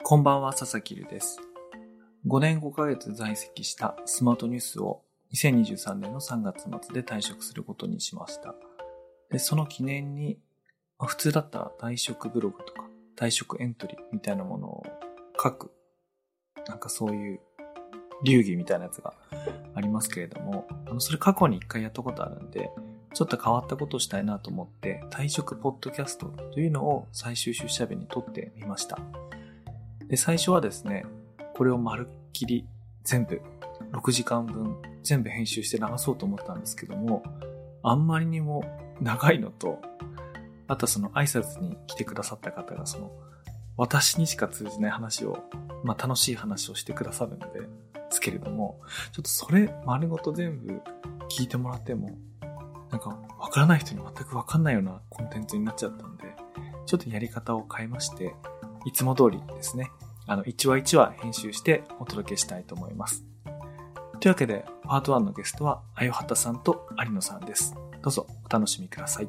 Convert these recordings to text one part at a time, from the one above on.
こんばんは、佐々木留です。5年5ヶ月在籍したスマートニュースを2023年の3月末で退職することにしました。で、その記念に、普通だったら退職ブログとか退職エントリーみたいなものを書く、そういう流儀みたいなやつがありますけれども、それ過去に一回やったことあるんで、ちょっと変わったことをしたいなと思って退職ポッドキャストというのを最終出社日に撮ってみました。で、最初はですね、これをまるっきり全部6時間分全部編集して流そうと思ったんですけども、あんまりにも長いのと、あとその挨拶に来てくださった方が私にしか通じない話を、楽しい話をしてくださるのですけれども、ちょっとそれ丸ごと全部聞いてもらっても、わからない人に全くわかんないようなコンテンツになっちゃったんで、ちょっとやり方を変えまして、いつも通りですね、1話1話編集してお届けしたいと思います。というわけで、パート1のゲストは、あよはたさんと有野さんです。どうぞお楽しみください。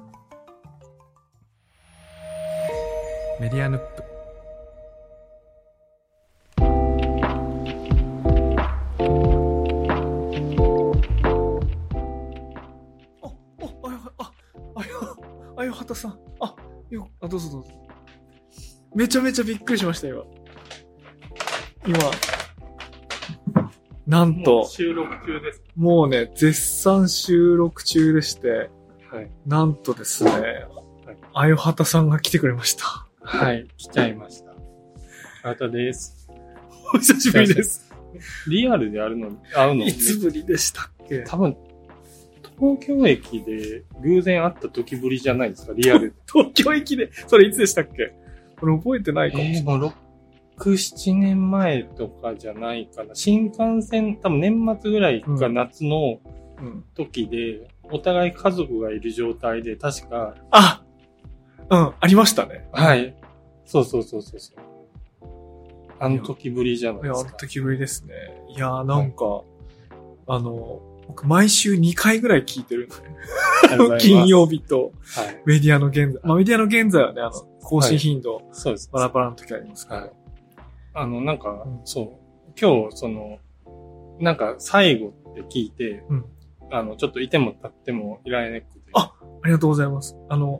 メディアヌップ。あよはたさん。どうぞどうぞ。めちゃめちゃびっくりしました、今。なんと。 収録中です。 もうね、絶賛収録中でして、 はい。 なんとですね、あよはたさんが来てくれました。 はい、来ちゃいました。あたです。 お久しぶりです。 リアルで会うのいつぶりでしたっけ？ 多分、東京駅で偶然会った時ぶりじゃないですか、リアル。 東京駅で、それいつでしたっけ？これ覚えてないかもしれない。 もう6、7年前とかじゃないかな。新幹線、多分年末ぐらいか夏の時で、お互い家族がいる状態で、確か。 ありましたね。 はい。そう。あの時ぶりじゃないですか。 あの時ぶりですね。いやー僕毎週2回ぐらい聞いてるんで。金曜日と、メディアの現在。メディアの現在はね、更新頻度、 そうです。 バラバラの時ありますから。 そう。今日、最後って聞いて、ちょっといても立ってもいられなくて。 ありがとうございます。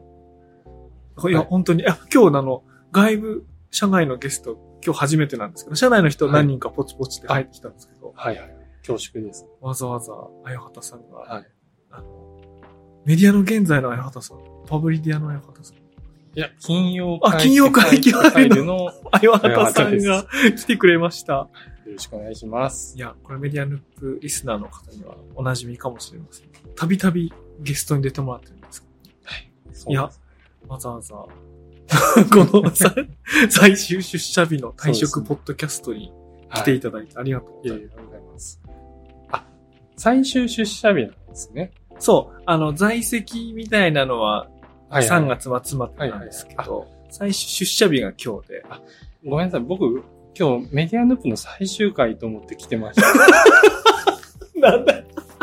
本当に、今日外部社外のゲスト、今日初めてなんですけど、社内の人何人かポチポチって入ってきたんですけど。 はい。恐縮です。 わざわざ、あよはたさんが、メディアの現在のあよはたさん、パブリディアのあよはたさん。 いや、金曜会議ファイルのあよはたさんが来てくれました。 よろしくお願いします。 いや、これメディアヌップリスナーの方にはお馴染みかもしれません。たびたびゲストに出てもらってるんですけど。 はい。 いや、わざわざ、この最終出社日の退職ポッドキャストに来ていただいてありがとうございます。 ありがとうございます。最終出社日なんですね。 そう、在籍みたいなのは3月末までなんですけど、最終出社日が今日で。 ごめんなさい、僕、今日メディアヌップの最終回と思って来てました。 なんだ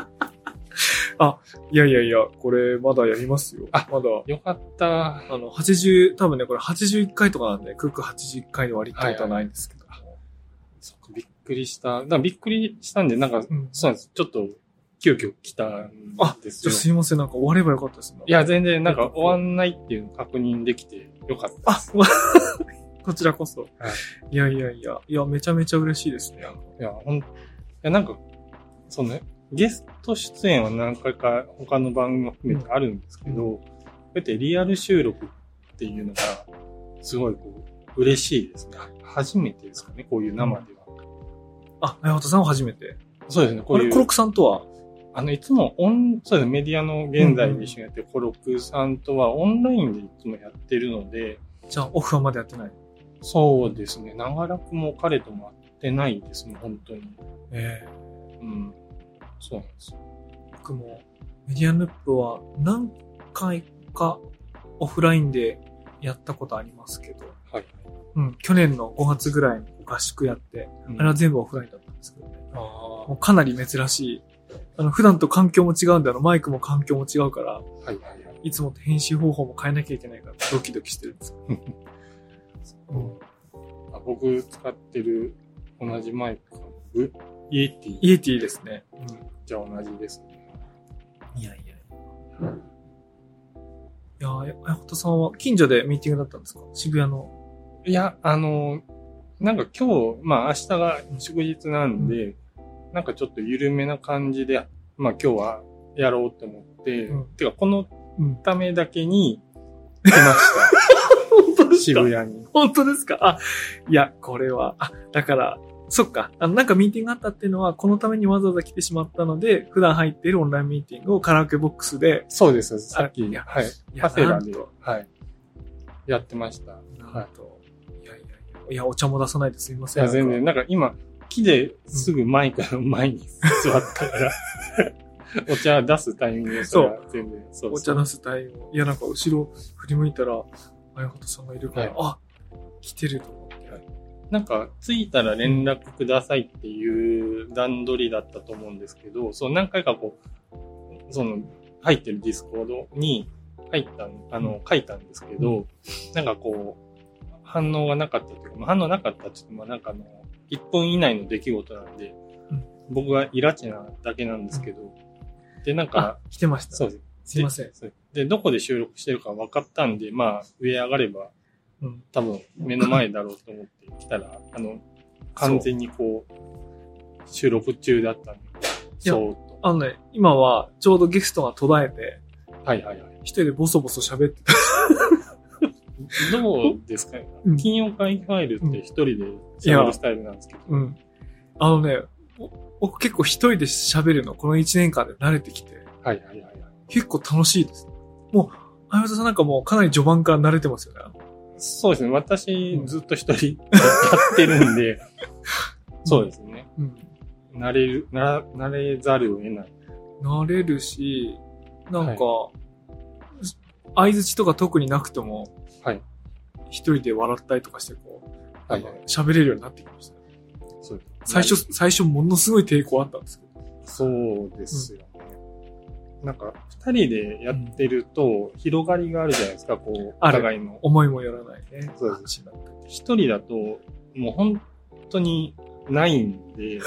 いや、これまだやりますよ。まだ。 よかった。 多分ね、これ81回とかなんで、クック81回で終わりってことはないんですけど。 そっか、びっくりした。びっくりしたんで、そうなんです。ちょっと、急遽来たんですよ。 すいません、終わればよかったですね。 いや、全然、終わんないっていうのを確認できてよかったです。 こちらこそ。いや、めちゃめちゃ嬉しいですね。 ゲスト出演は何回か他の番組も含めてあるんですけど、こうやってリアル収録っていうのが、すごい嬉しいですね。初めてですかね、こういう生では。 あやはたさんは初めて。 そうですね、 コロクさんとはいつもそうですね、メディアの現在で一緒にやってるコロクさんとはオンラインでいつもやってるので。 じゃあ、オフはまだやってない？ そうですね、長らくも彼とも会ってないですね、本当に。そうなんですよ。 僕もメディアヌップは何回かオフラインでやったことありますけど、去年の5月ぐらいに合宿やって、あれは全部オフラインだったんですけどね。もうかなり珍しい。普段と環境も違うんで、マイクも環境も違うから、いつもと編集方法も変えなきゃいけないからドキドキしてるんですけど。 僕使ってる同じマイクかな。イエティ。 イエティですね。 じゃあ同じですね。 いや。いや、綾本さんは近所でミーティングだったんですか？渋谷の。 いや、なんか今日、まあ明日が祝日なんで、なんかちょっと緩めな感じで、まあ今日はやろうと思って、てかこのためだけに来ました。 本当ですか？ 渋谷に。 本当ですか？いや、これは、だから、そっか。なんかミーティングがあったっていうのは、このためにわざわざ来てしまったので、普段入っているオンラインミーティングをカラオケボックスで。 そうです。さっき、 はい。 パセラで、はい。やってました。はい。 いや、お茶も出さないですいません。 いや、全然。なんか今、木ですぐマイクの前に座ったから、お茶出すタイミングそれは全然そう。 お茶出すタイミング。いや、なんか後ろ振り向いたら、綾本さんがいるから、来てると思って。 なんか、着いたら連絡くださいっていう段取りだったと思うんですけど、そう、何回かこう、入ってるディスコードに書いたんですけど、なんかこう、反応がなかったというか、反応なかったって言っても、なんか1分以内の出来事なんで、僕がイラチなだけなんですけど、で、なんか、 来てました。 そうです。 すいません。 で、どこで収録してるか分かったんで、まあ、上上がれば、多分目の前だろうと思って来たら、完全にこう、収録中だったんで、 そうと。今はちょうどゲストが途絶えて、一人でボソボソ喋ってた。 どうですか？金曜会ファイルって一人で喋るスタイルなんですけど。 僕結構一人で喋るの、この1年間で慣れてきて。結構楽しいです。もう、あやさんなんかもうかなり序盤から慣れてますよね。 そうですね。私、ずっと一人やってるんで、そうですね。慣れざるを得ない。 慣れるし、なんか、相槌とか特になくても、一人で笑ったりとかして、こう、喋れるようになってきました。 そうです。 最初ものすごい抵抗あったんですけど。 そうですよね。なんか、二人でやってると、広がりがあるじゃないですか、こう、お互いの。 思いもよらないね。 そうです。一人だと、もう本当にないんで、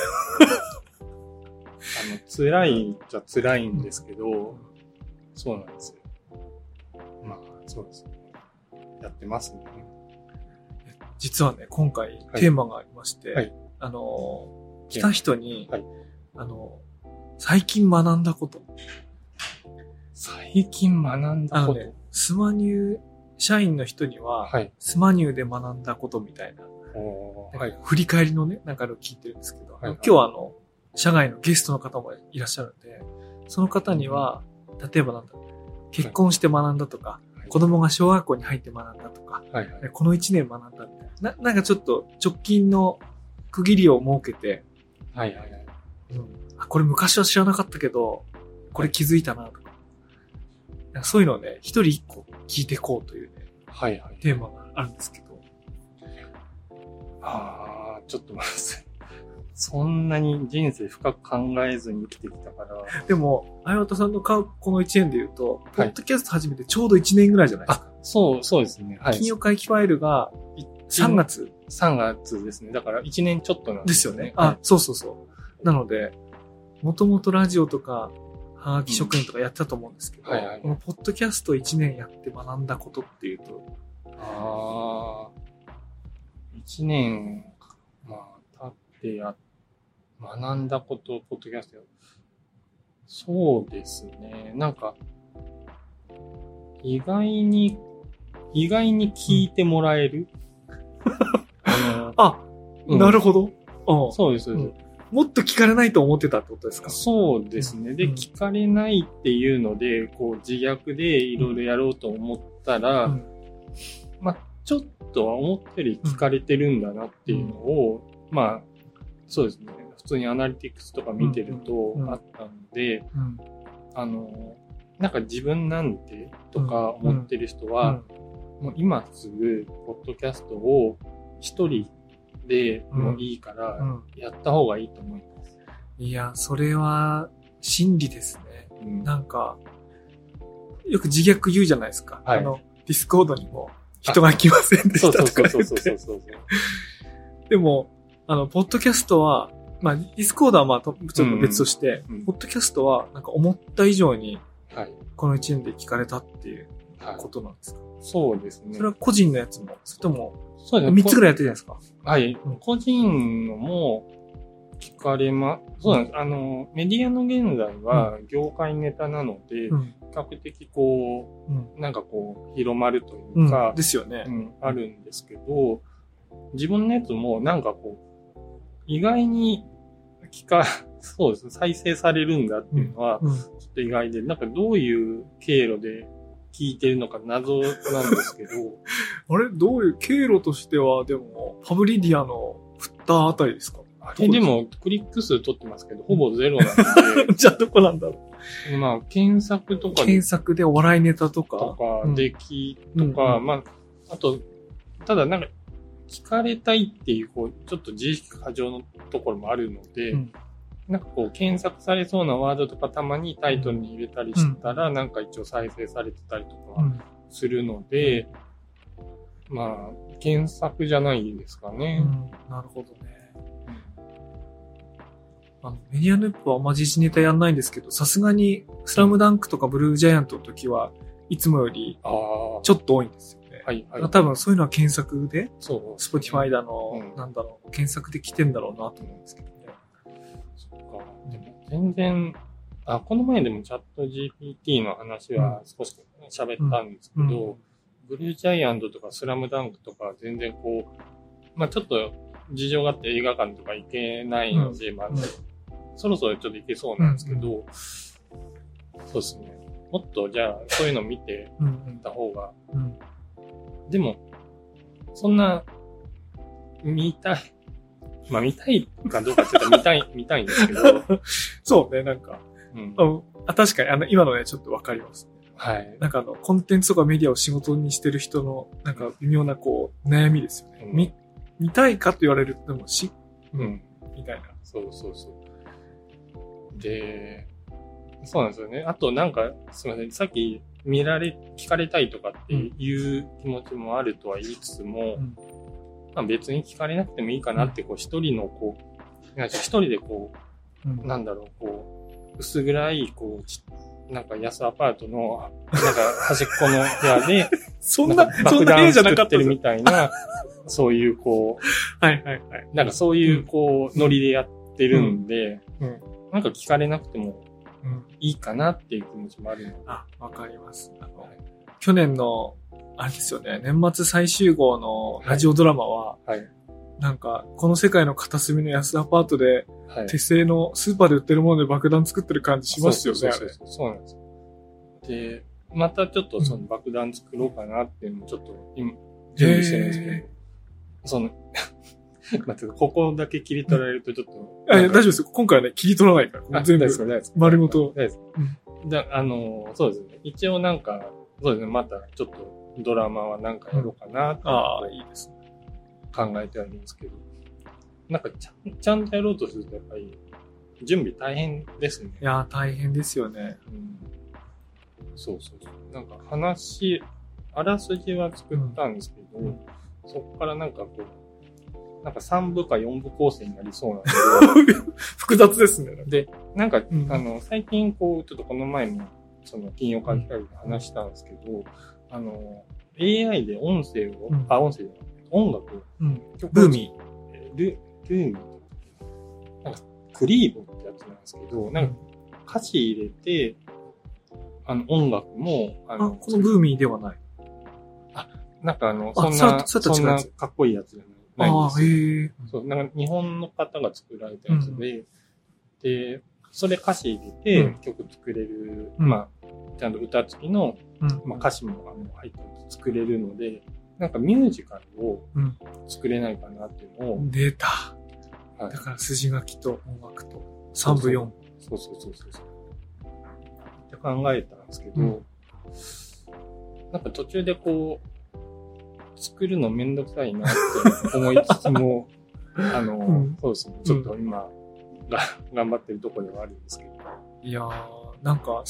辛いっちゃ辛いんですけど、そうなんですよ。まあ、そうですね。やってますね。 実はね、今回テーマがありまして、来た人に、最近学んだこと。 最近学んだこと、 スマニュー社員の人には、スマニューで学んだことみたいな、振り返りのね、なんか聞いてるんですけど、今日は社外のゲストの方もいらっしゃるんで、その方には、例えば結婚して学んだとか、子供が小学校に入って学んだとか、この1年学んだみたいな。なんかちょっと直近の区切りを設けて、これ昔は知らなかったけど、これ気づいたなとか。そういうのをね、一人一個聞いていこうというね、テーマがあるんですけど。 ちょっと待って。そんなに人生深く考えずに生きてきたから。 でも、綾本さんのこの1年で言うと、ポッドキャスト始めてちょうど1年ぐらいじゃないですか。 そうですね。 金曜会期ファイルが3月。 3月ですね。だから1年ちょっとなんですよね。そう。なので、もともとラジオとか、はがき職員とかやってたと思うんですけど、このポッドキャスト1年やって学んだことっていうと。 1年、経って学んだこと、ポッドキャストそうですね。なんか、意外に聞いてもらえる。 なるほど。 そうです。 もっと聞かれないと思ってたってことですか？ そうですね。で、聞かれないっていうので、こう自虐でいろいろやろうと思ったら、ちょっとは思ったより聞かれてるんだなっていうのを、そうですね。普通にアナリティクスとか見てるとあったんで、なんか自分なんてとか思ってる人は、もう今すぐポッドキャストを一人でもいいからやった方がいいと思います。 いや、それは真理ですね。なんかよく自虐言うじゃないですか。ディスコードにも人が来ませんでしたとか言って。 でも、ポッドキャストは、まあ、ディスコードはまあ、ちょっと別として、ポッドキャストは、なんか思った以上に、この1年で聞かれたっていうことなんですか？ そうですね。 それは個人のやつも、それとも、そうですね。3つぐらいやってるじゃないですか。 はい。個人のも聞かれそうなんです。メディアの現在は業界ネタなので、比較的こう、なんかこう、広まるというか、 ですよね。 あるんですけど、自分のやつもなんかこう、意外にそうですね、再生されるんだっていうのは、ちょっと意外で、なんかどういう経路で聞いてるのか謎なんですけど。 あれどういう経路としては、でも、パブリディアのフッターあたりですか？ でも、クリック数取ってますけど、ほぼゼロなんで。 じゃあどこなんだろう。まあ、検索とかで。 検索でお笑いネタとか。 出来とか、まあ、あと、ただなんか、聞かれたいっていう、こう、ちょっと自意識過剰のところもあるので、なんかこう、検索されそうなワードとかたまにタイトルに入れたりしたら、なんか一応再生されてたりとかするので、まあ、検索じゃないですかね。 なるほどね。メディアヌップはあんま時事ネタやんないんですけど、さすがにスラムダンクとかブルージャイアントの時はいつもよりちょっと多いんですよね。 はいはい。 多分そういうのは検索で、 スポティファイだの、なんだろう、検索で来てんだろうなと思うんですけどね。 そっか。でも全然、この前でもチャット GPT の話は少し喋ったんですけど、ブルージャイアントとかスラムダンクとか全然こう、まあちょっと事情があって映画館とか行けないので、まあ、そろそろちょっと行けそうなんですけど、そうですね。もっとじゃあそういうの見てた方が、でも、そんな、まあ見たいかどうかって言ったら見たいんですけど。 そうね、なんか。確かに今のね、ちょっとわかります、ね。 はい。 なんかコンテンツとかメディアを仕事にしてる人の、なんか微妙なこう、悩みですよね。見たいかと言われるともみたいな。 そう。で、そうなんですよね。あとなんか、すみません。さっき聞かれたいとかっていう気持ちもあるとは言いつつも、まあ別に聞かれなくてもいいかなって、こう一人のこう、一人でこう、なんだろう、こう、薄暗い、こう、なんか安アパートの、なんか端っこの部屋で、 そんな部屋じゃなかった作ってるみたいな、そういうこう、なんかそういうこう、ノリでやってるんで、なんか聞かれなくてもいいかなっていう気持ちもあるので。 わかります。去年の、あれですよね、年末最終号のラジオドラマは、なんか、この世界の片隅の安アパートで、手製のスーパーで売ってるもので爆弾作ってる感じしますよね。 そうなんです。で、またちょっとその爆弾作ろうかなっていうのもちょっと今、準備してるんですけど、ここだけ切り取られるとちょっと。 大丈夫ですよ。今回はね、切り取らないから。全部、丸ごと。 そうですね。一応なんか、そうですね。またちょっとドラマはなんかやろうかなって。 いいですね。 考えてはいるんですけど。なんかちゃんとやろうとするとやっぱり、準備大変ですね。 いやー、大変ですよね。 そう。なんかあらすじは作ったんですけど、そこからなんかこう、なんか3部か4部構成になりそうなんで。 複雑ですね。 で、なんか、最近こう、ちょっとこの前も、その金曜会議会で話したんですけど、AI で音声を、音楽を、 ブーミーなんか、クリーボってやつなんですけど、なんか、歌詞入れて、音楽も、 このブーミーではない。 なんかそんなかっこいいやつじゃないんですよ。そう、なんか日本の方が作られたやつで、で、それ歌詞入れて曲作れる、まあ、ちゃんと歌付きの、まあ歌詞も入って作れるので、なんかミュージカルを作れないかなっていうのを。 出た。だから筋書きと音楽と3部4部。 そう。って考えたんですけど、なんか途中でこう、作るのめんどくさいなって思いつつも、そうですね、ちょっと今、頑張ってるところではあるんですけど。 いやー、なんか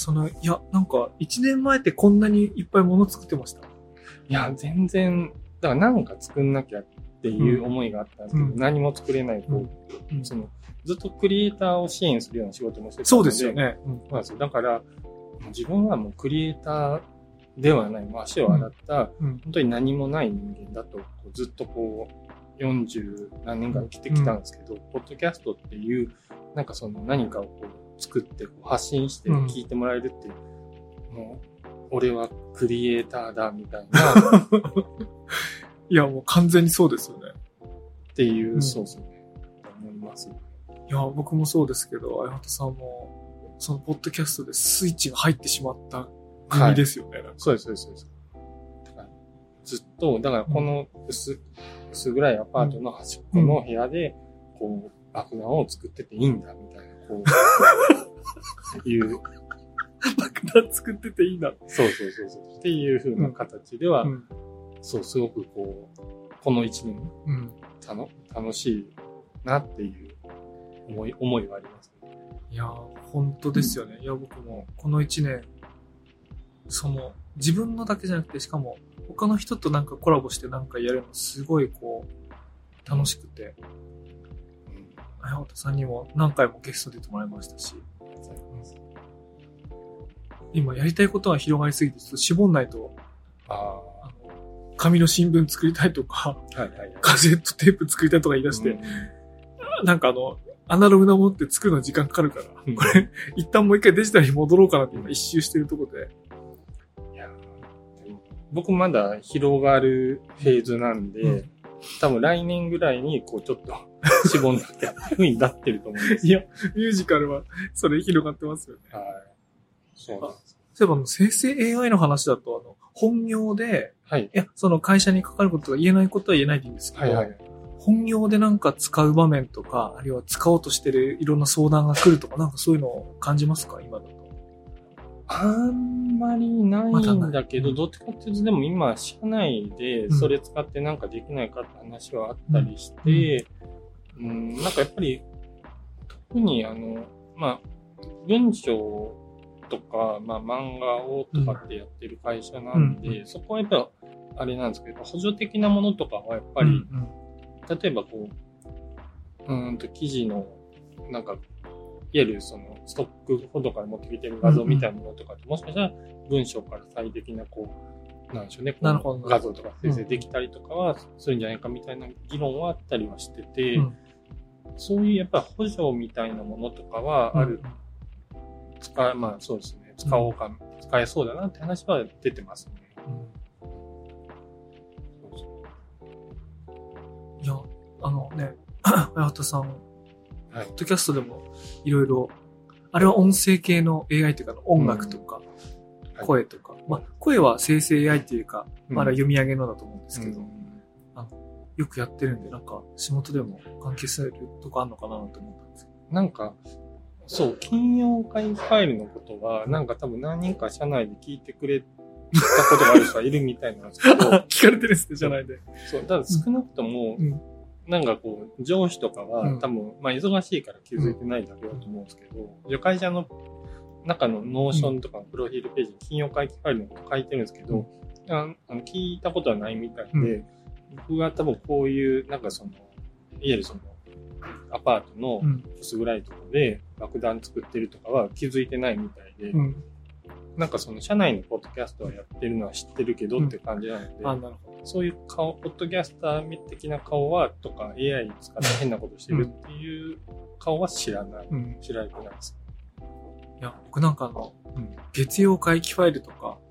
1年前ってこんなにいっぱい物作ってました？ いや、全然、だからなんか作んなきゃっっていう思いがあったんですけど、何も作れない、ずっとクリエイターを支援するような仕事もしてたので。 そうですよね。 そうなんですよ。だから、自分はもうクリエイターではない、足を洗った、本当に何もない人間だと、ずっと40何年間生きてきたんですけど、ポッドキャストっていう、なんか何かを作って発信して聞いてもらえるっていう、もう、俺はクリエイターだみたいな。 いや、もう完全にそうですよね。 っていう、そうですね。思います。 いや、僕もそうですけど、相畑さんも、そのポッドキャストでスイッチが入ってしまった組ですよね。 そうです、そうです。ずっと、だからこの薄暗いアパートの端っこの部屋で、爆弾を作ってていいんだ、みたいな、いう。 爆弾作ってていいな。 そう。っていう風な形では、すごくこの一年、楽しいなっていう思いはありますね。 いや、本当ですよね。いや、僕もこの一年、自分のだけじゃなくて、しかも他の人となんかコラボしてなんかやるのすごい楽しくて、相畑さんにも何回もゲスト出てもらいましたし、今やりたいことは広がりすぎて、ちょっと絞んないと、紙の新聞作りたいとか、カセットテープ作りたいとか言い出して、なんかアナログなものって作るの時間かかるから、これ、一旦もう一回デジタルに戻ろうかなって今一周してるところで。 いや、僕まだ広がるフェーズなんで、多分来年ぐらいにちょっと絞んなきゃっていう風になってると思うんです。 いや、ミュージカルはそれ広がってますよね。 はい。そうなんです。 そういえば生成 AI の話だと、本業で、いや、その会社にかかることが言えないことは言えないんですけど、本業でなんか使う場面とか、あるいは使おうとしてるいろんな相談が来るとか、なんかそういうのを感じますか、今だと。 あんまりないんだけど、どっちかっていうと、でも今、社内でそれ使ってなんかできないかって話はあったりして、なんかやっぱり、特に文章とか、漫画をとかってやってる会社なんで、そこはやっぱり、あれなんですけど、補助的なものとかはやっぱり、例えば記事の、なんか、いわゆるストックフォトから持ってきてる画像みたいなものとかって、もしかしたら文章から最適ななんでしょうね、画像とか生成できたりとかはするんじゃないかみたいな議論はあったりはしてて、そういうやっぱり補助みたいなものとかはある、そうですね、使えそうだなって話は出てますね。 いや、相畑さん、ポッドキャストでもいろいろ、あれは音声系の AI というか音楽とか、声とか、声は生成 AI っていうか、まだ読み上げのだと思うんですけど、よくやってるんで、なんか仕事でも関係するとこあるのかなと思ったんですけど。 なんか、そう、金曜会ファイルのことは、なんか多分何人か社内で聞いてくれたことがある人はいるみたいなんですけど。 聞かれてるんですね、社内で。 そう、ただ少なくとも、なんか上司とかは多分、忙しいから気づいてないだけだと思うんですけど、会社の中のノーションとかプロフィールページに金曜会議ファイルのこと書いてるんですけど、聞いたことはないみたいで、僕が多分こういう、なんかいわゆるアパートの薄暗いところで爆弾作ってるとかは気づいてないみたいで、なんか社内のポッドキャストはやってるのは知ってるけどって感じなので、そういう顔、ポッドキャスター的な顔は、とか AI 使って変なことしてるっていう顔は知らない。知られてないです。 いや、僕なんか月曜会期ファイルとか、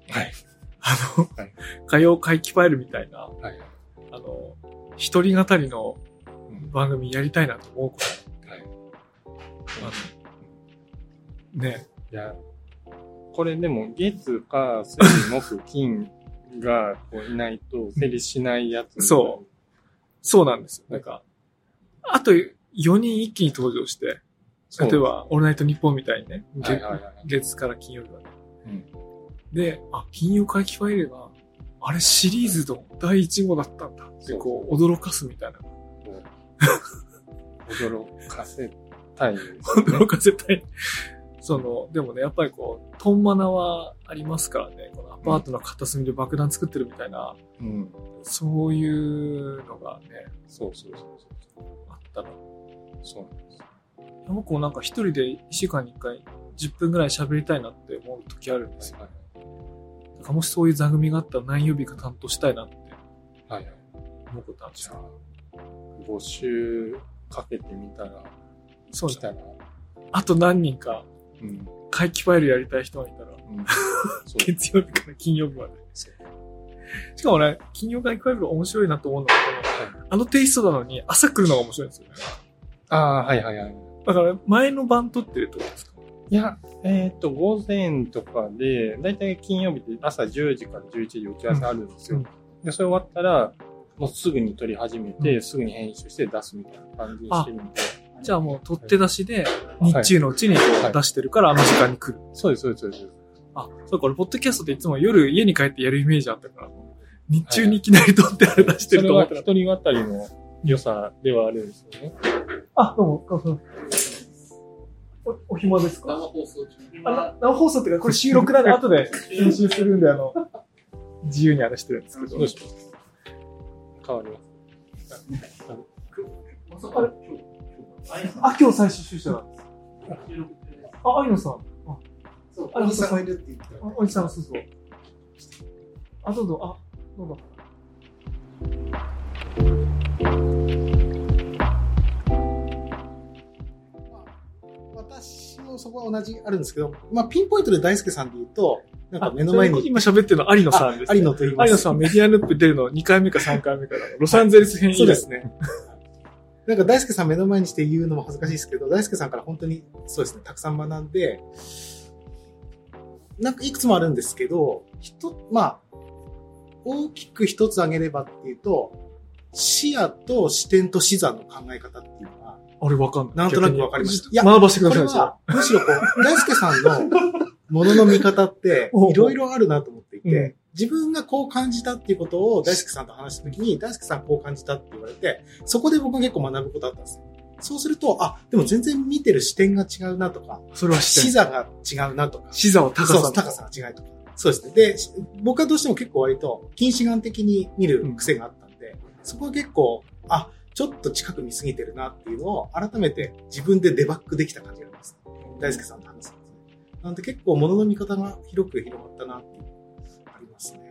火曜会期ファイルみたいな、一人語りの番組やりたいなと思うことがあって、ね。 いや、これでも月火水木金がいないと成立しないやつ。 そうなんですよ。なんか、あと4人一気に登場して、例えば、オールナイトニッポンみたいにね、月から金曜日まで。で、金曜会期ファイルが、あれシリーズの第1号だったんだって驚かすみたいな。 驚かせたい、ね。 驚かせたい。 でもね、やっぱりこう、トンマナはありますからね、このアパートの片隅で爆弾作ってるみたいな、 うん。 そういうのがね、 そう。 あったら。 そうなんです。 僕もなんか一人で1週間に1回10分ぐらい喋りたいなって思う時あるんですよ。なんかもしそういう座組があったら何曜日か担当したいなって思うことあるんですじゃよ。 あ、募集かけてみたら、 そう来たら、 あと何人か、 うん。 会期ファイルやりたい人がいたら、 そう月曜日から金曜日まで。しかもね、金曜会期ファイル面白いなと思うのが、あのテイストなのに朝来るのが面白いんですよね。 はい。 だから前の晩撮ってるってことですか？ いや、午前とかで、だいたい金曜日で朝10時から11時打ち合わせあるんですよ。で、それ終わったら、もうすぐに撮り始めて、すぐに編集して出すみたいな感じにしてるんで。 じゃあもう取って出しで、日中のうちにこう出してるから、あの時間に来る。 そうです。 そう、これ、ポッドキャストっていつも夜家に帰ってやるイメージあったから、日中にいきなり撮ってあれ出してると思ったら。 それは一人語りの良さではあるんですよね。 どうも、お暇ですか？ 生放送中。 生放送っていうか、これ収録なんで後で編集するんで、自由にしてるんですけど。 どうします？変わります。 今日最終出社なんです。有野さん。 そう、おじさんがいるって言ってた。 おじさん、そう。どうぞ。 私もそこは同じあるんですけど、ピンポイントで大輔さんで言うと、なんか目の前に。 今喋ってるの有野さんです、ね。 有野と言います。 有野さんメディアループ出るの2回目か3回目かロサンゼルス編以来。 そうですね。なんか大輔さん目の前にして言うのも恥ずかしいですけど、大輔さんから本当にそうですね、たくさん学んで、なんかいくつもあるんですけど、大きく一つ挙げればっていうと、視野と視点と視座の考え方っていうのは、 あれわかんない。 なんとなくわかりました。 いや、学ばせてください。 これは、むしろ大輔さんのものの見方っていろいろあるなと思っていて、自分がこう感じたっていうことを大輔さんと話したときに、大輔さんこう感じたって言われて、そこで僕が結構学ぶことあったんですよ。そうすると、でも全然見てる視点が違うなとか、 それは視座が違うなとか、 視座は高さが違うとか。そうですね。で、僕はどうしても結構割と近視眼的に見る癖があったんで、そこは結構、ちょっと近く見すぎてるなっていうのを改めて自分でデバッグできた感じがあります。大輔さんと話すんですね。なので結構物の見方が広く広がったなっていうのがありますね。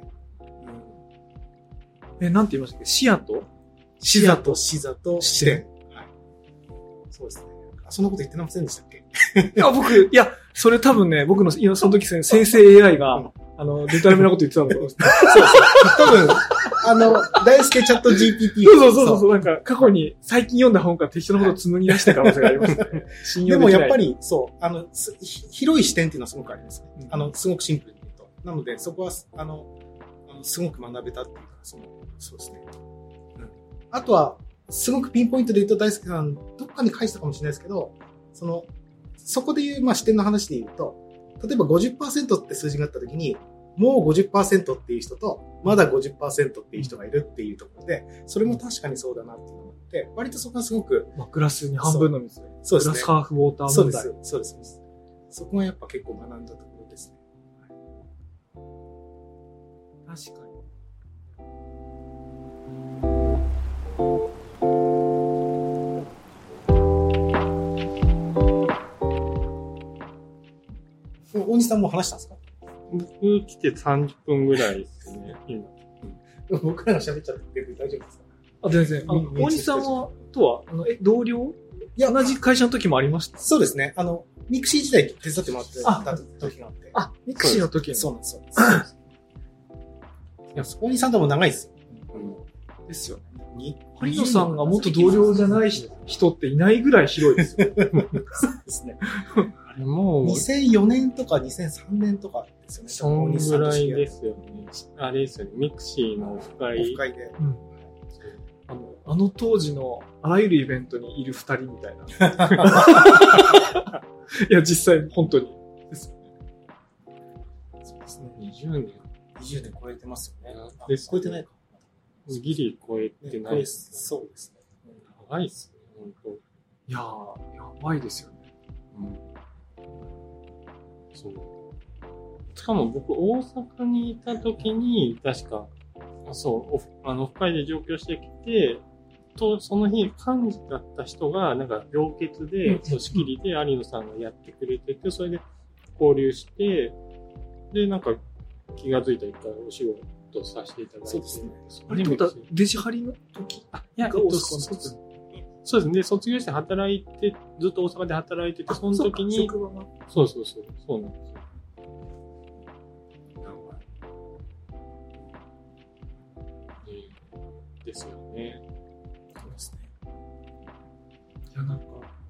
なんて言いましたっけ？視野と視座と視座と視点。はい。そうですね。そんなこと言ってませんでしたっけ？ それ多分ね、僕の、その時生成 AI が、デタラメなこと言ってたんだと思う。 多分、大輔チャット GPT。 そう、なんか、過去に最近読んだ本から適当なことを紡ぎ出した可能性がありますね。 でもやっぱり、広い視点っていうのはすごくありますね。すごくシンプルに言うと。なので、そこは、すごく学べたっていうか、そうですね。あとは、すごくピンポイントで言うと、大輔さん、どっかに返したかもしれないですけど、そこで言う、視点の話で言うと、例えば 50% って数字があったときに、もう 50% っていう人と、まだ 50% っていう人がいるっていうところで、それも確かにそうだなっていうのがあって、割とそこはすごく。 グラスに半分の水。 そうですね。 グラスハーフウォーター問題。 そうです。そこがやっぱ結構学んだところですね。 確かに。 大西さんも話したんですか？ 僕来て30分ぐらいですね、今。 僕らが喋っちゃって大丈夫ですか？ 全然。大西さんは、同僚？いや、同じ会社の時もありました？ そうですね。ミクシー時代手伝ってもらってた時があって。 ミクシーの時に。 そうなんです。いや、大西さんとも長いですよ。 ですよね。有野さんが元同僚じゃない人っていないぐらい広いですよ。 そうですね。 もう、 2004年とか2003年とかですよね。 そんぐらいですよね。あれですよね。ミクシーのオフ会で。 あの当時のあらゆるイベントにいる二人みたいな。いや、実際、本当に。ですよね。 そうですね。 20年超えてますよね。 超えてないか。 ギリ超えてない。 そうですね。 長いっすね、本当。 いやー、やばいですよね。 そう。しかも僕、大阪にいた時に、確か、そう、オフ会で上京してきて、その日、幹事だった人が、なんか、病欠で、仕切りで有野さんがやってくれてて、それで交流して、で、なんか、気がついたら一回お仕事させていただいて。 そうですね。 あれってことはデジハリの時？ いや、そうですね。卒業して働いて、ずっと大阪で働いてて、その時に、そうそうなんですよ。ですよね。 そうですね。 いや、なんか、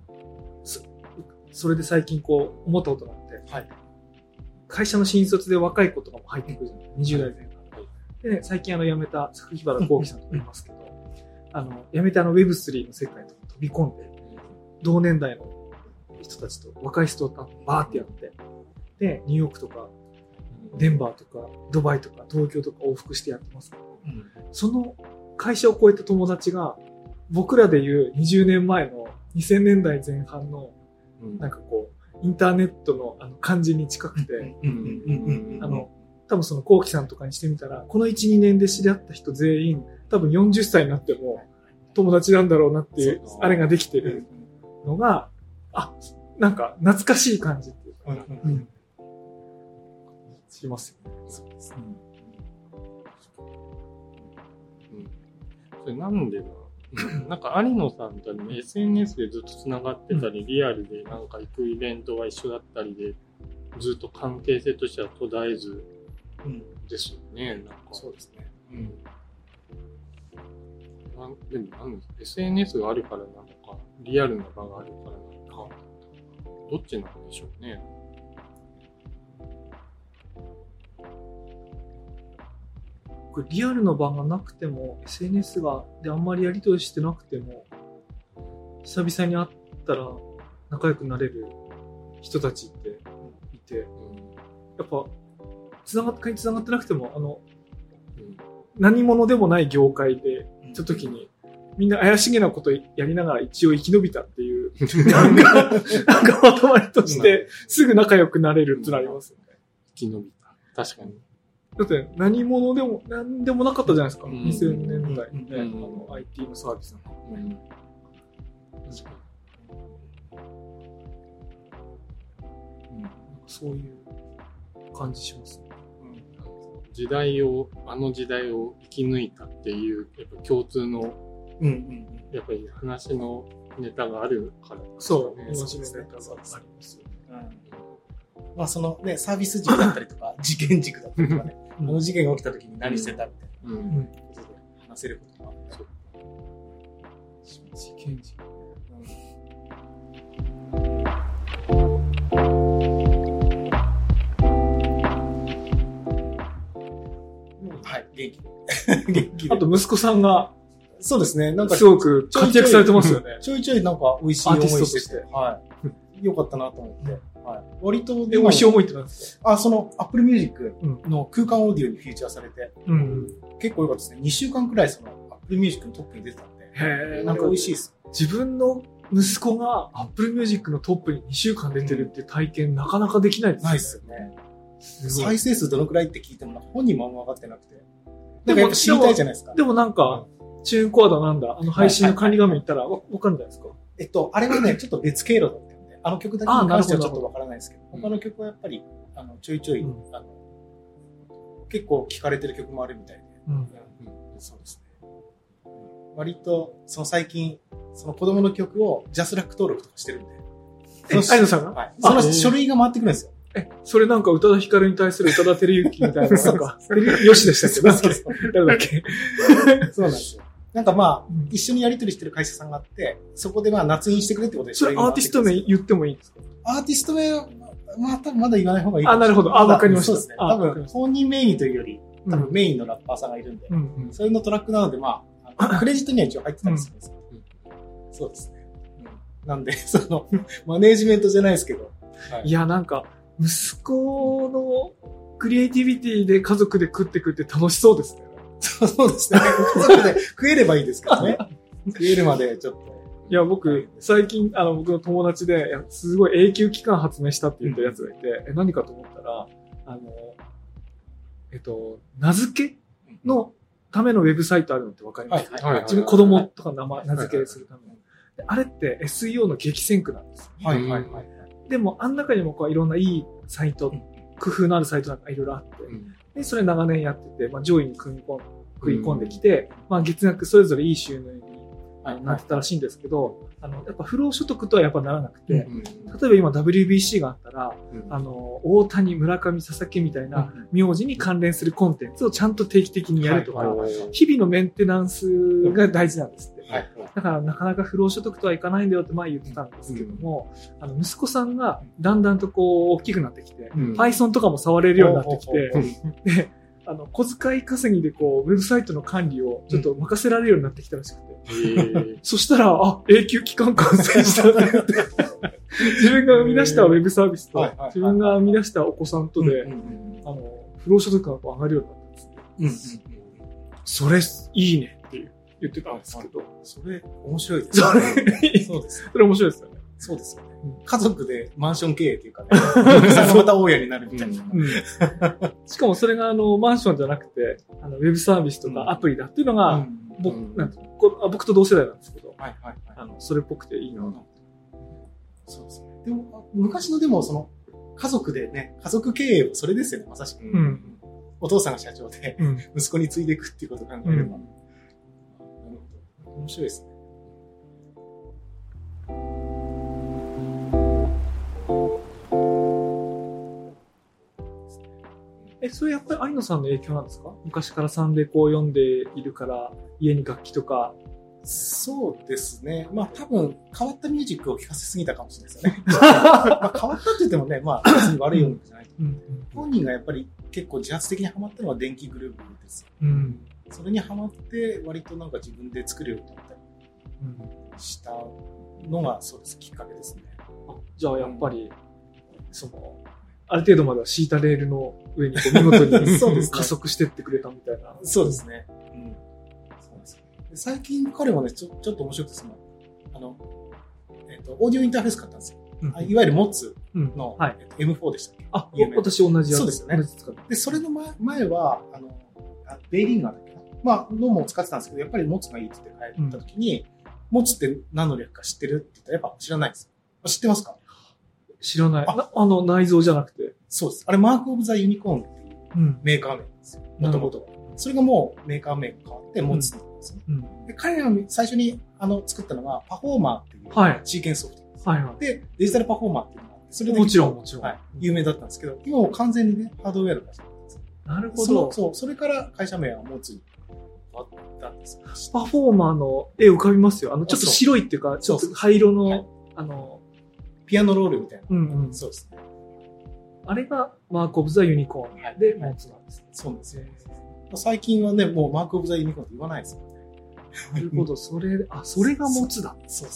それで最近こう、思ったことがあって、 はい。 会社の新卒で若い子とかも入ってくるじゃない、20代前半。でね、最近辞めた榊原幸輝さんとかいますけど、辞めてWeb3 の世界とか飛び込んで、同年代の人たちと、若い人とバーってやって、で、ニューヨークとか、デンバーとか、ドバイとか、東京とか往復してやってますけど、その会社を超えた友達が、僕らでいう20年前の2000年代前半の、なんかこう、インターネットの感じに近くて、多分その幸輝さんとかにしてみたら、この1、2年で知り合った人全員、多分40歳になっても友達なんだろうなっていう、あれができてるのが、なんか懐かしい感じっていうか、しますよね。そうですね。 それなんでなんか有野さんとね、SNS でずっと繋がってたり、リアルでなんか行くイベントが一緒だったりで、ずっと関係性としては途絶えずですよね。なんかそうですね。 でもSNS があるからなのか、リアルな場があるからなのか、どっちなんでしょうね。 これリアルの場がなくても SNS であんまりやり取りしてなくても久々に会ったら仲良くなれる人たちっていて、やっぱ繋がってなくても何者でもない業界で行った時にみんな怪しげなことやりながら一応生き延びたっていうなんかまとまりとしてすぐ仲良くなれるってなりますよね。 生き延びた。確かに。 だって何者でも何でもなかったじゃないですか。2000年代にね、IT のサービスの。確かに。そういう感じしますね。 あの時代を生き抜いたっていう、やっぱ共通の、やっぱり話のネタがあるからですね。 そう、同じネタがありますよね。 まあそのね、サービス軸だったりとか、事件軸だったりとかね、あの事件が起きた時に何してたみたいなことで話せることがある。 事件軸。 はい、元気。 あと息子さんが、 そうですね、なんかすごく活躍されてますよね。 ちょいちょいなんか美味しい思いしてて、はい。よかったなと思って。はい、割と美味しい思いってなんですか？その Apple Music の空間オーディオにフィーチャーされて、結構良かったですね。2週間くらいその Apple Music のトップに出てたんで、なんか美味しいです。 自分の息子が Apple Music のトップに2週間出てるっていう体験なかなかできないですよね。 ないですよね。再生数どのくらいって聞いても本人もあんま分かってなくて。なんかやっぱ知りたいじゃないですか。 でもなんか、チューンコアだなんだ、配信の管理画面行ったらわかるんじゃないですか。 あれはね、ちょっと別経路だったんで、あの曲だけに関してはちょっとわからないですけど、他の曲はやっぱり、ちょいちょい、結構聴かれてる曲もあるみたいで。そうですね。割と、最近、その子供の曲をジャスラック登録とかしてるんで。 有野さんが？ はい。その書類が回ってくるんですよ。 それなんか宇多田ヒカルに対する宇多田照之みたいな、なんか、よしでしたっけ？誰だっけ？ そうなんですよ。なんかまあ、一緒にやり取りしてる会社さんがあって、そこでまあ、捺印してくれってことでそれアーティスト名言ってもいいですか？ アーティスト名は、まだ言わない方がいい。 なるほど。わかりました。 そうですね。多分、本人名義というより、多分メインのラッパーさんがいるんで、それのトラックなので、まあ、クレジットには一応入ってたりするんですけど、そうですね。なんで、マネージメントじゃないですけど。 いや、なんか、息子のクリエイティビティで家族で食ってくって楽しそうですね。 そうですね。家族で食えればいいですからね。食えるまでちょっと。 いや、僕、最近、僕の友達で、いやすごい永久期間発明したって言ったやつがいて、何かと思ったら、名付けのためのウェブサイトあるのってわかりますか？ はい自分子供とか名付けするための。あれって SEO の激戦区なんです。 はいはいはい。 でも、あん中にもこういろんないいサイト、工夫のあるサイトなんかいろいろあって、で、それ長年やってて、上位に食い込んできて、月額それぞれいい収入になってたらしいんですけど、やっぱ不労所得とはやっぱならなくて、例えば今 WBC があったら、大谷、村上、佐々木みたいな名字に関連するコンテンツをちゃんと定期的にやるとか、日々のメンテナンスが大事なんですって。だからなかなか不労所得とはいかないんだよって前言ってたんですけども、息子さんがだんだんとこう大きくなってきて、Python とかも触れるようになってきて、で、小遣い稼ぎでこう、ウェブサイトの管理をちょっと任せられるようになってきたらしくて。そしたら、永久期間完成したって言って、自分が生み出したウェブサービスと、自分が生み出したお子さんとで、不労所得が上がるようになったんですね。それ、いいねって言ってたんですけど。 それ、面白いですね。そうです。 それ面白いですよね。 そうですよね。家族でマンション経営っていうかね、また大家になるみたいな。 しかもそれがマンションじゃなくて、ウェブサービスとかアプリだっていうのが、僕と同世代なんですけど、それっぽくていいな。 そうですね。でも、昔のでも、家族でね、家族経営はそれですよね、まさしく。お父さんが社長で、息子に継いでいくっていうことを考えれば。面白いですね。 それやっぱり有野さんの影響なんですか？昔からサンデコを読んでいるから、家に楽器とか。 そうですね。多分、変わったミュージックを聴かせすぎたかもしれないですよね。変わったって言ってもね、別に悪い音楽じゃない。本人がやっぱり結構自発的にハマったのは電気グルーヴですよ。それにハマって、割となんか自分で作るようになったりしたのが、そうです、きっかけですね。 じゃあやっぱり、ある程度までは敷いたレールの上に見事に加速してってくれたみたいな。 そうですね。そうです。最近彼もね、ちょっと面白くて、オーディオインターフェース買ったんですよ。いわゆる MOTS の M4 でしたっけ？ 私同じやつ。 そうですよね。で、それの前は、ベイリンガーだっけなのも使ってたんですけど、やっぱり MOTS がいいって言って帰った時に、MOTS って何の略か知ってるって言ったら、やっぱ知らないんですよ。知ってますか？ 知らない。内蔵じゃなくて。 そうです。あれ、マークオブザユニコーンっていうメーカー名なんですよ。もともとは。それがもうメーカー名が変わって、MOTS なんですよ。で、彼らが最初に作ったのが、パフォーマーっていうシーケンスソフトです。で、デジタルパフォーマーっていうのがあって、それでもちろん。 有名だったんですけど、今も完全にね、ハードウェアの会社なんですよ。 なるほど。 そう、それから会社名はMOTSに変わったんです。 パフォーマーの絵浮かびますよ。ちょっと白いっていうか、ちょっと灰色の、 ピアノロールみたいな。そうですね。 あれがマークオブザユニコーンでMOTSなんですね。 そうなんですよ。最近はね、もうマークオブザユニコーンって言わないですよね。 なるほど。それがMOTSだ。 そう。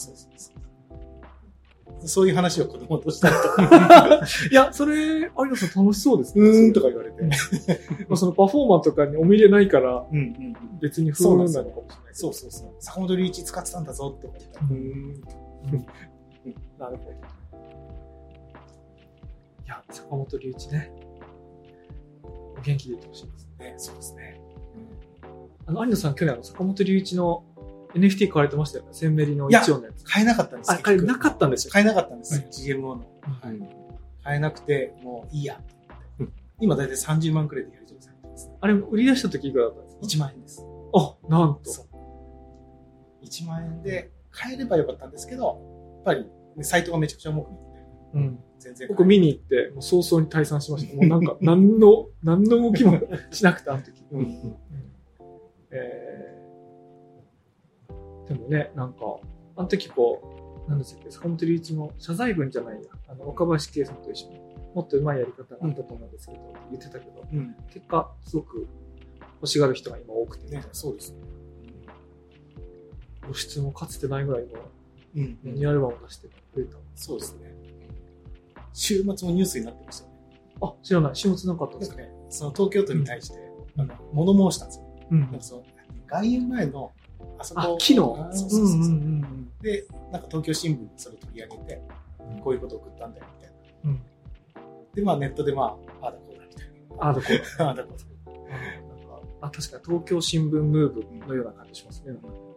そういう話を子供としたりとか。 いや、それ、有野さん楽しそうですね。 とか言われて。 そのパフォーマーとかにお見入れないから、別に不運なのかもしれない。 そう。坂本龍一使ってたんだぞって思った。 なるほど。いや、坂本龍一ね。お元気でいてほしいですね。 そうですね。 有野さん、去年坂本龍一の NFT 買われてましたよね。センメリの1音のやつ。 買えなかったんですよ。 買えなかったんですよ。 買えなかったんですよ。GMO の。買えなくて、もういいや。今だいたい30万くらいでやり取りされてます。 あれ、売り出した時いくらだったんですか？ 1万円です。 なんと。 1万円で買えればよかったんですけど、やっぱり、サイトがめちゃくちゃ重くなって。全然。 僕見に行って、もう早々に退散しました。もうなんか、何の動きもしなくて、あの時。でもね、なんか、あの時なんですっけ、坂本龍一の謝罪文じゃないや、若林圭さんと一緒に、もっと上手いやり方があったと思うんですけど、言ってたけど、結果、すごく欲しがる人が今多くて。 そうですね。 露出もかつてないぐらいの、ミニアルバムを出してくれた。 そうですね。週末もニュースになってましたよね。 知らない。週末なかったんですかね。その東京都に対して、物申したんですよ。外苑前の、あそこ。 木の。 で、なんか東京新聞にそれ取り上げて、こういうことを送ったんだよ、みたいな。で、まあネットでまあ、ああだこうだみたいな。 ああだこうだ。 ああだこうだ。 確かに東京新聞ムーブのような感じしますね。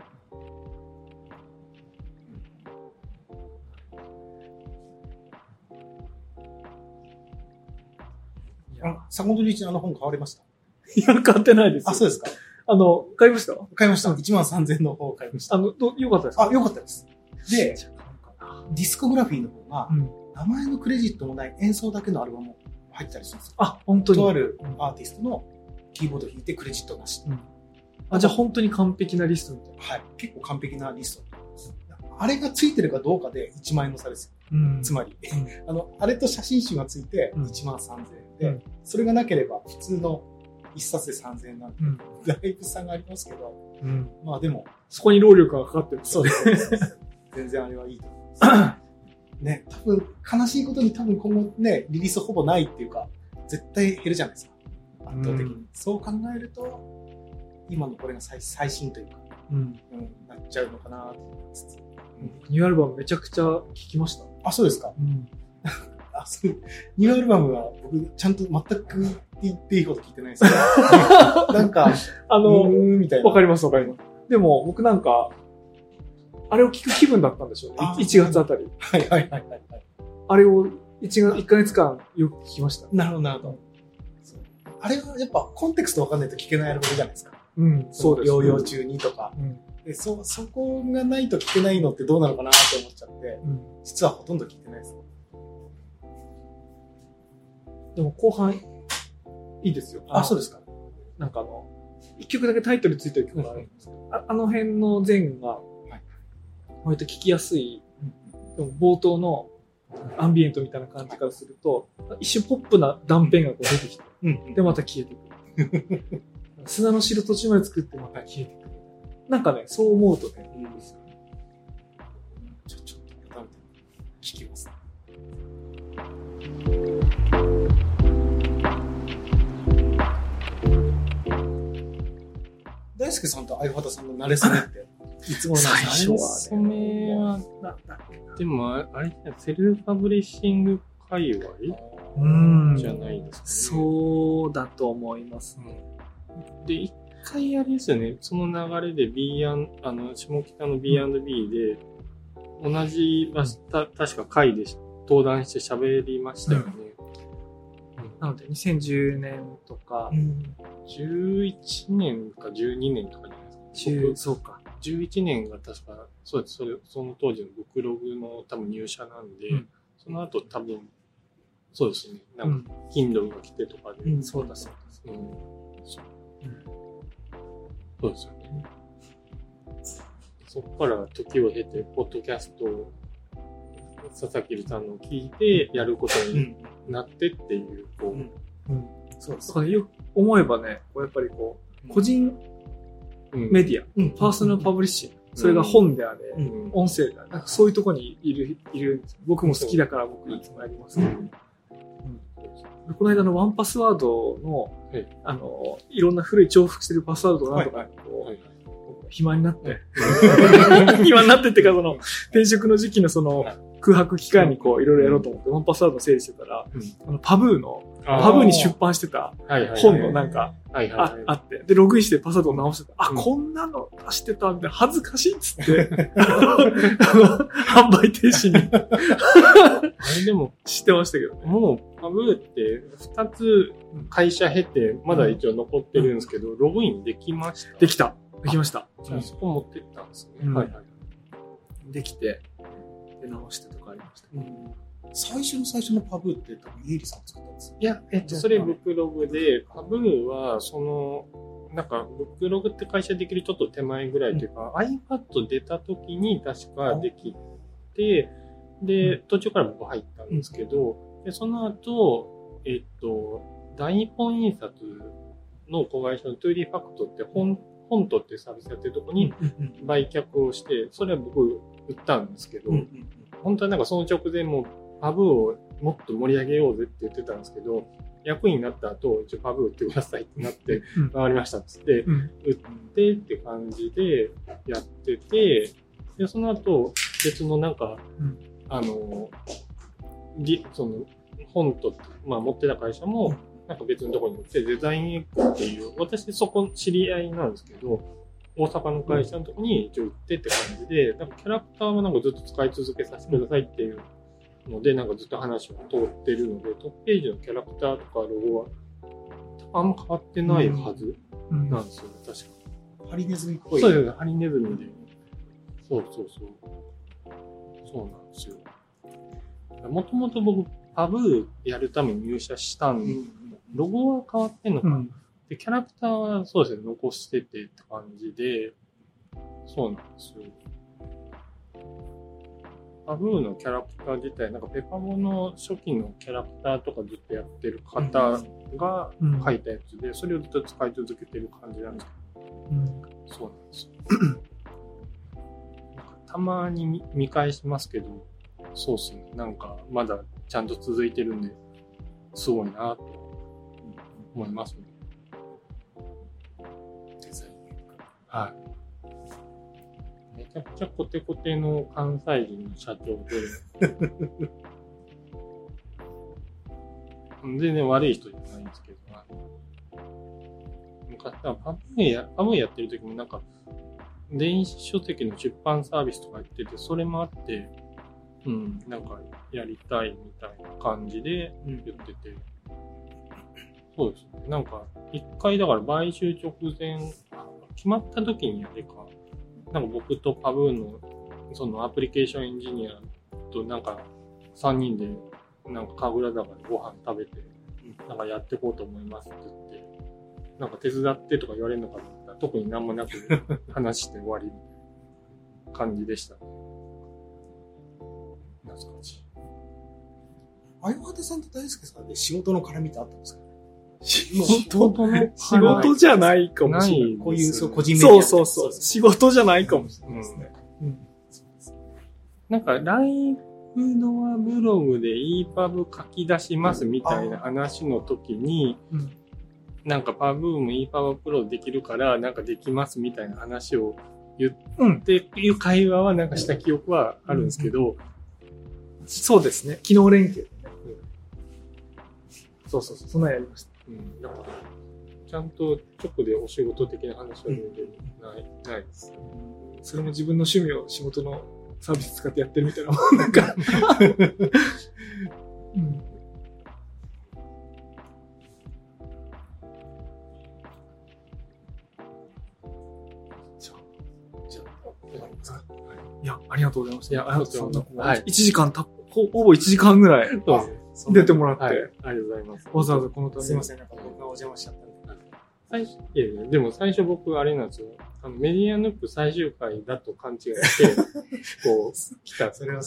坂本龍一の本買われました？ いや、買ってないです。 あ、そうですか。 買いました？ 買いました。13,000の方を買いました。 よかったですか？ あ、よかったです。で、ディスコグラフィーの方が、名前のクレジットもない演奏だけのアルバムも入ったりするんですよ。 あ、本当に。 とあるアーティストのキーボードを弾いてクレジットなし。 じゃあ本当に完璧なリストみたいな。 はい。結構完璧なリストだと思います。あれがついてるかどうかで1万円の差ですよ。つまり、あれと写真集がついて13,000円で、それがなければ普通の1冊で3,000円なんで、だいぶ差がありますけど、まあでも。 そこに労力がかかってる。 そうです。全然あれはいいと思います。ね、多分、悲しいことに多分今後ね、リリースほぼないっていうか、絶対減るじゃないですか。圧倒的に。そう考えると、今のこれが最新というか、なっちゃうのかなと思いつつ。 ニューアルバムめちゃくちゃ聴きました。 あ、そうですか。そう。ニューアルバムは僕、ちゃんと全く言っていいこと聞いてないですけど、なんか、みたいな。 わかります。でも、僕なんか、あれを聞く気分だったんでしょうね。1月あたり。 はい。 あれを1ヶ月間よく聞きました。 なるほど。あれはやっぱコンテクストわかんないと聞けないアルバムじゃないですか。 そうです。 療養中にとか。でそこがないと聞けないのってどうなのかなって思っちゃって、実はほとんど聞いてないです。 でも後半、いいですよ。 あ、そうですか。 なんか一曲だけタイトルついてる曲があるんですけど、あの辺の前が、割と聞きやすい、冒頭のアンビエントみたいな感じからすると、一瞬ポップな断片がこう出てきて、で、また消えてくる。砂の城途中まで作ってまた消えてくる。なんかね、そう思うとね、いいですよね。 ちょっと改めて聞きます。大輔さんと相畑さんの慣れ初めっていつ頃なんですか？ 慣れ初めは、でもあれセルフパブリッシング界隈じゃないですかね。 そうだと思いますね。 で、一回あれですよね、その流れで下北の B&B で、同じ確か会で登壇して喋りましたよね。 なので、2010年とか、 11年か12年とかじゃないですか。 そうか。 11年が確か、そうです。その当時のブクログの多分入社なんで、その後多分、そうですね。なんか、Kindle が来てとかで。 そうです。 そうですよね。そこから時を経て、ポッドキャストを佐々木さんのを聞いてやることになってっていう、 そうです。だからよく思えばね、やっぱり個人メディア、パーソナルパブリッシング、それが本であれ、音声であれ、なんかそういうところにいるんですよ。僕も好きだから僕いつもやりますけど。この間のワンパスワードの、いろんな古い重複してるパスワードとかなんとか、暇になって、暇になってっていうか、転職の時期の空白期間にいろいろやろうと思って、ワンパスワードの整理してたら、パブーに出版してた本のなんか、あって、で、ログインしてパスワードを直してた。こんなの出してたんで恥ずかしいっつって、販売停止に。あれでも、知ってましたけどね。 もう、パブーって2つ会社経て、まだ一応残ってるんですけど、ログインできました？ できました。 そこ持ってったんですね。 できて、で、直してとかありました。 最初のパブーって多分イエリさん作ったんですよ。 いや、それブクログで、パブーは、なんか、ブクログって会社できるちょっと手前ぐらいというか、iPad 出た時に確かできて、で、途中から僕入ったんですけど、でその後、大日本印刷の子会社の 2D ファクトって本とってサービスやってるとこに売却をして、それは僕売ったんですけど、本当はなんかその直前もパブをもっと盛り上げようぜって言ってたんですけど、役員になった後、一応パブ売ってくださいってなって、回りましたっつって、売ってって感じでやってて、 で、その後、別のなんか、 うんその、本と、まあ持ってた会社も、なんか別のところに行って、デザインエッグっていう、私そこ知り合いなんですけど、大阪の会社のところに一応行ってって感じで、なんかキャラクターはなんかずっと使い続けさせてくださいっていうので、なんかずっと話を通ってるので、トップページのキャラクターとかロゴは、あんま変わってないはずなんですよね、確か。 ハリネズミっぽい。 そうですね、ハリネズミで。そうそうそう。そうなんですよ。もともと僕、パブーやるために入社したんで、ロゴは変わってんのかな、で、キャラクターはそうですね、残しててって感じで、そうなんですよ。パブーのキャラクター自体、なんかペパボの初期のキャラクターとかずっとやってる方が書いたやつで、それをずっと使い続けてる感じなんですけど、そうなんですよ。なんかたまに見返しますけど、そうっすね、なんかまだちゃんと続いてるんで、すごいなと思いますね。 デザイン。 はい。めちゃくちゃコテコテの関西人の社長で、全然悪い人じゃないんですけど、昔はパブーやってる時もなんか、電子書籍の出版サービスとかやってて、それもあって、なんかやりたいみたいな感じで言ってて、そうですね。なんか、一回だから買収直前、決まった時にあれか、なんか僕とパブーのそのアプリケーションエンジニアとなんか3人でなんか神楽坂でご飯食べてなんかやっていこうと思いますって言って、なんか手伝ってとか言われるのかと思ったら特に何もなく話して終わりみたいな感じでしたね。懐かしい。 あやはたさんと大輔さんで仕事の絡みってあったんですか？ 仕事じゃないかもしれない。 こういうそう個人メディア。 そう。仕事じゃないかもしれないですね。 なんかライブドアブログで EPUB 書き出しますみたいな話の時に、なんかパブーム EPUB プロできるからなんかできますみたいな話を言っていう会話はなんかした記憶はあるんですけど、 そうですね。機能連携。そう、そんなやりました。 だからちゃんと直でお仕事的な話は全然ないです。 それも自分の趣味を仕事のサービス使ってやってるみたいなもんなんかいや、ありがとうございました。いや、1時間ほぼ1時間ぐらい出てもらって、 ありがとうございます。 わざわざこのために。 すいません、なんか僕がお邪魔しちゃったんで。 でも最初僕あれなんですよ。メディアヌップ最終回だと勘違いして、こう、来た。 それはす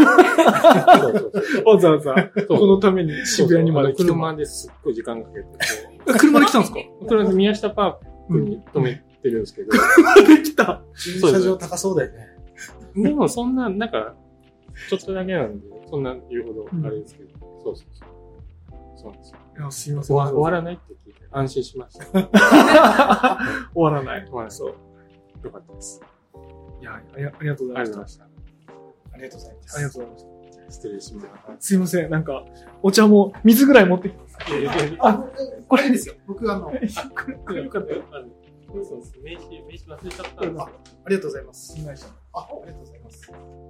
ごい。わざわざ、このために渋谷にまで来て車ですっごい時間かけて。 車で来たんですか？ 車で宮下パークに止めてるんですけど。 車で来た。 駐車場高そうだよね。 でもそんな、なんか、ちょっとだけなんで、そんな言うほどあれですけど。そうなんですよ。 いや、すいません。 終わらないって聞いて安心しました。 終わらない。 そう。よかったです。 いや、ありがとうございました。 ありがとうございます。 ありがとうございました。 失礼します。 すいません。なんか、お茶も水ぐらい持ってきます。 これですよ。僕よかった。 そうです。名刺忘れちゃったんです。 ありがとうございます。 お願いします。 ありがとうございます。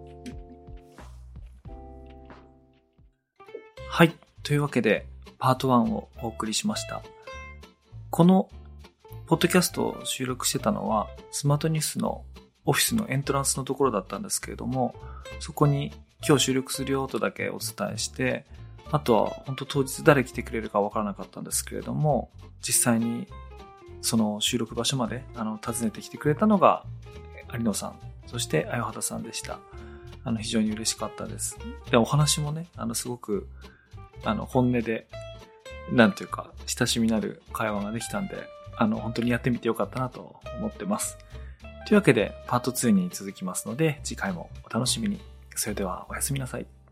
はい。というわけで、パート1をお送りしました。この、ポッドキャストを収録してたのは、スマートニュースのオフィスのエントランスのところだったんですけれども、そこに今日収録するよとだけお伝えして、あとは本当当日誰来てくれるかわからなかったんですけれども、実際にその収録場所まで訪ねてきてくれたのが有野さん、そしてあやはたさんでした。非常に嬉しかったです。で、お話もね、すごく本音で、なんていうか、親しみのある会話ができたんで、本当にやってみてよかったなと思ってます。というわけで、パート2に続きますので、次回もお楽しみに。それでは、おやすみなさい。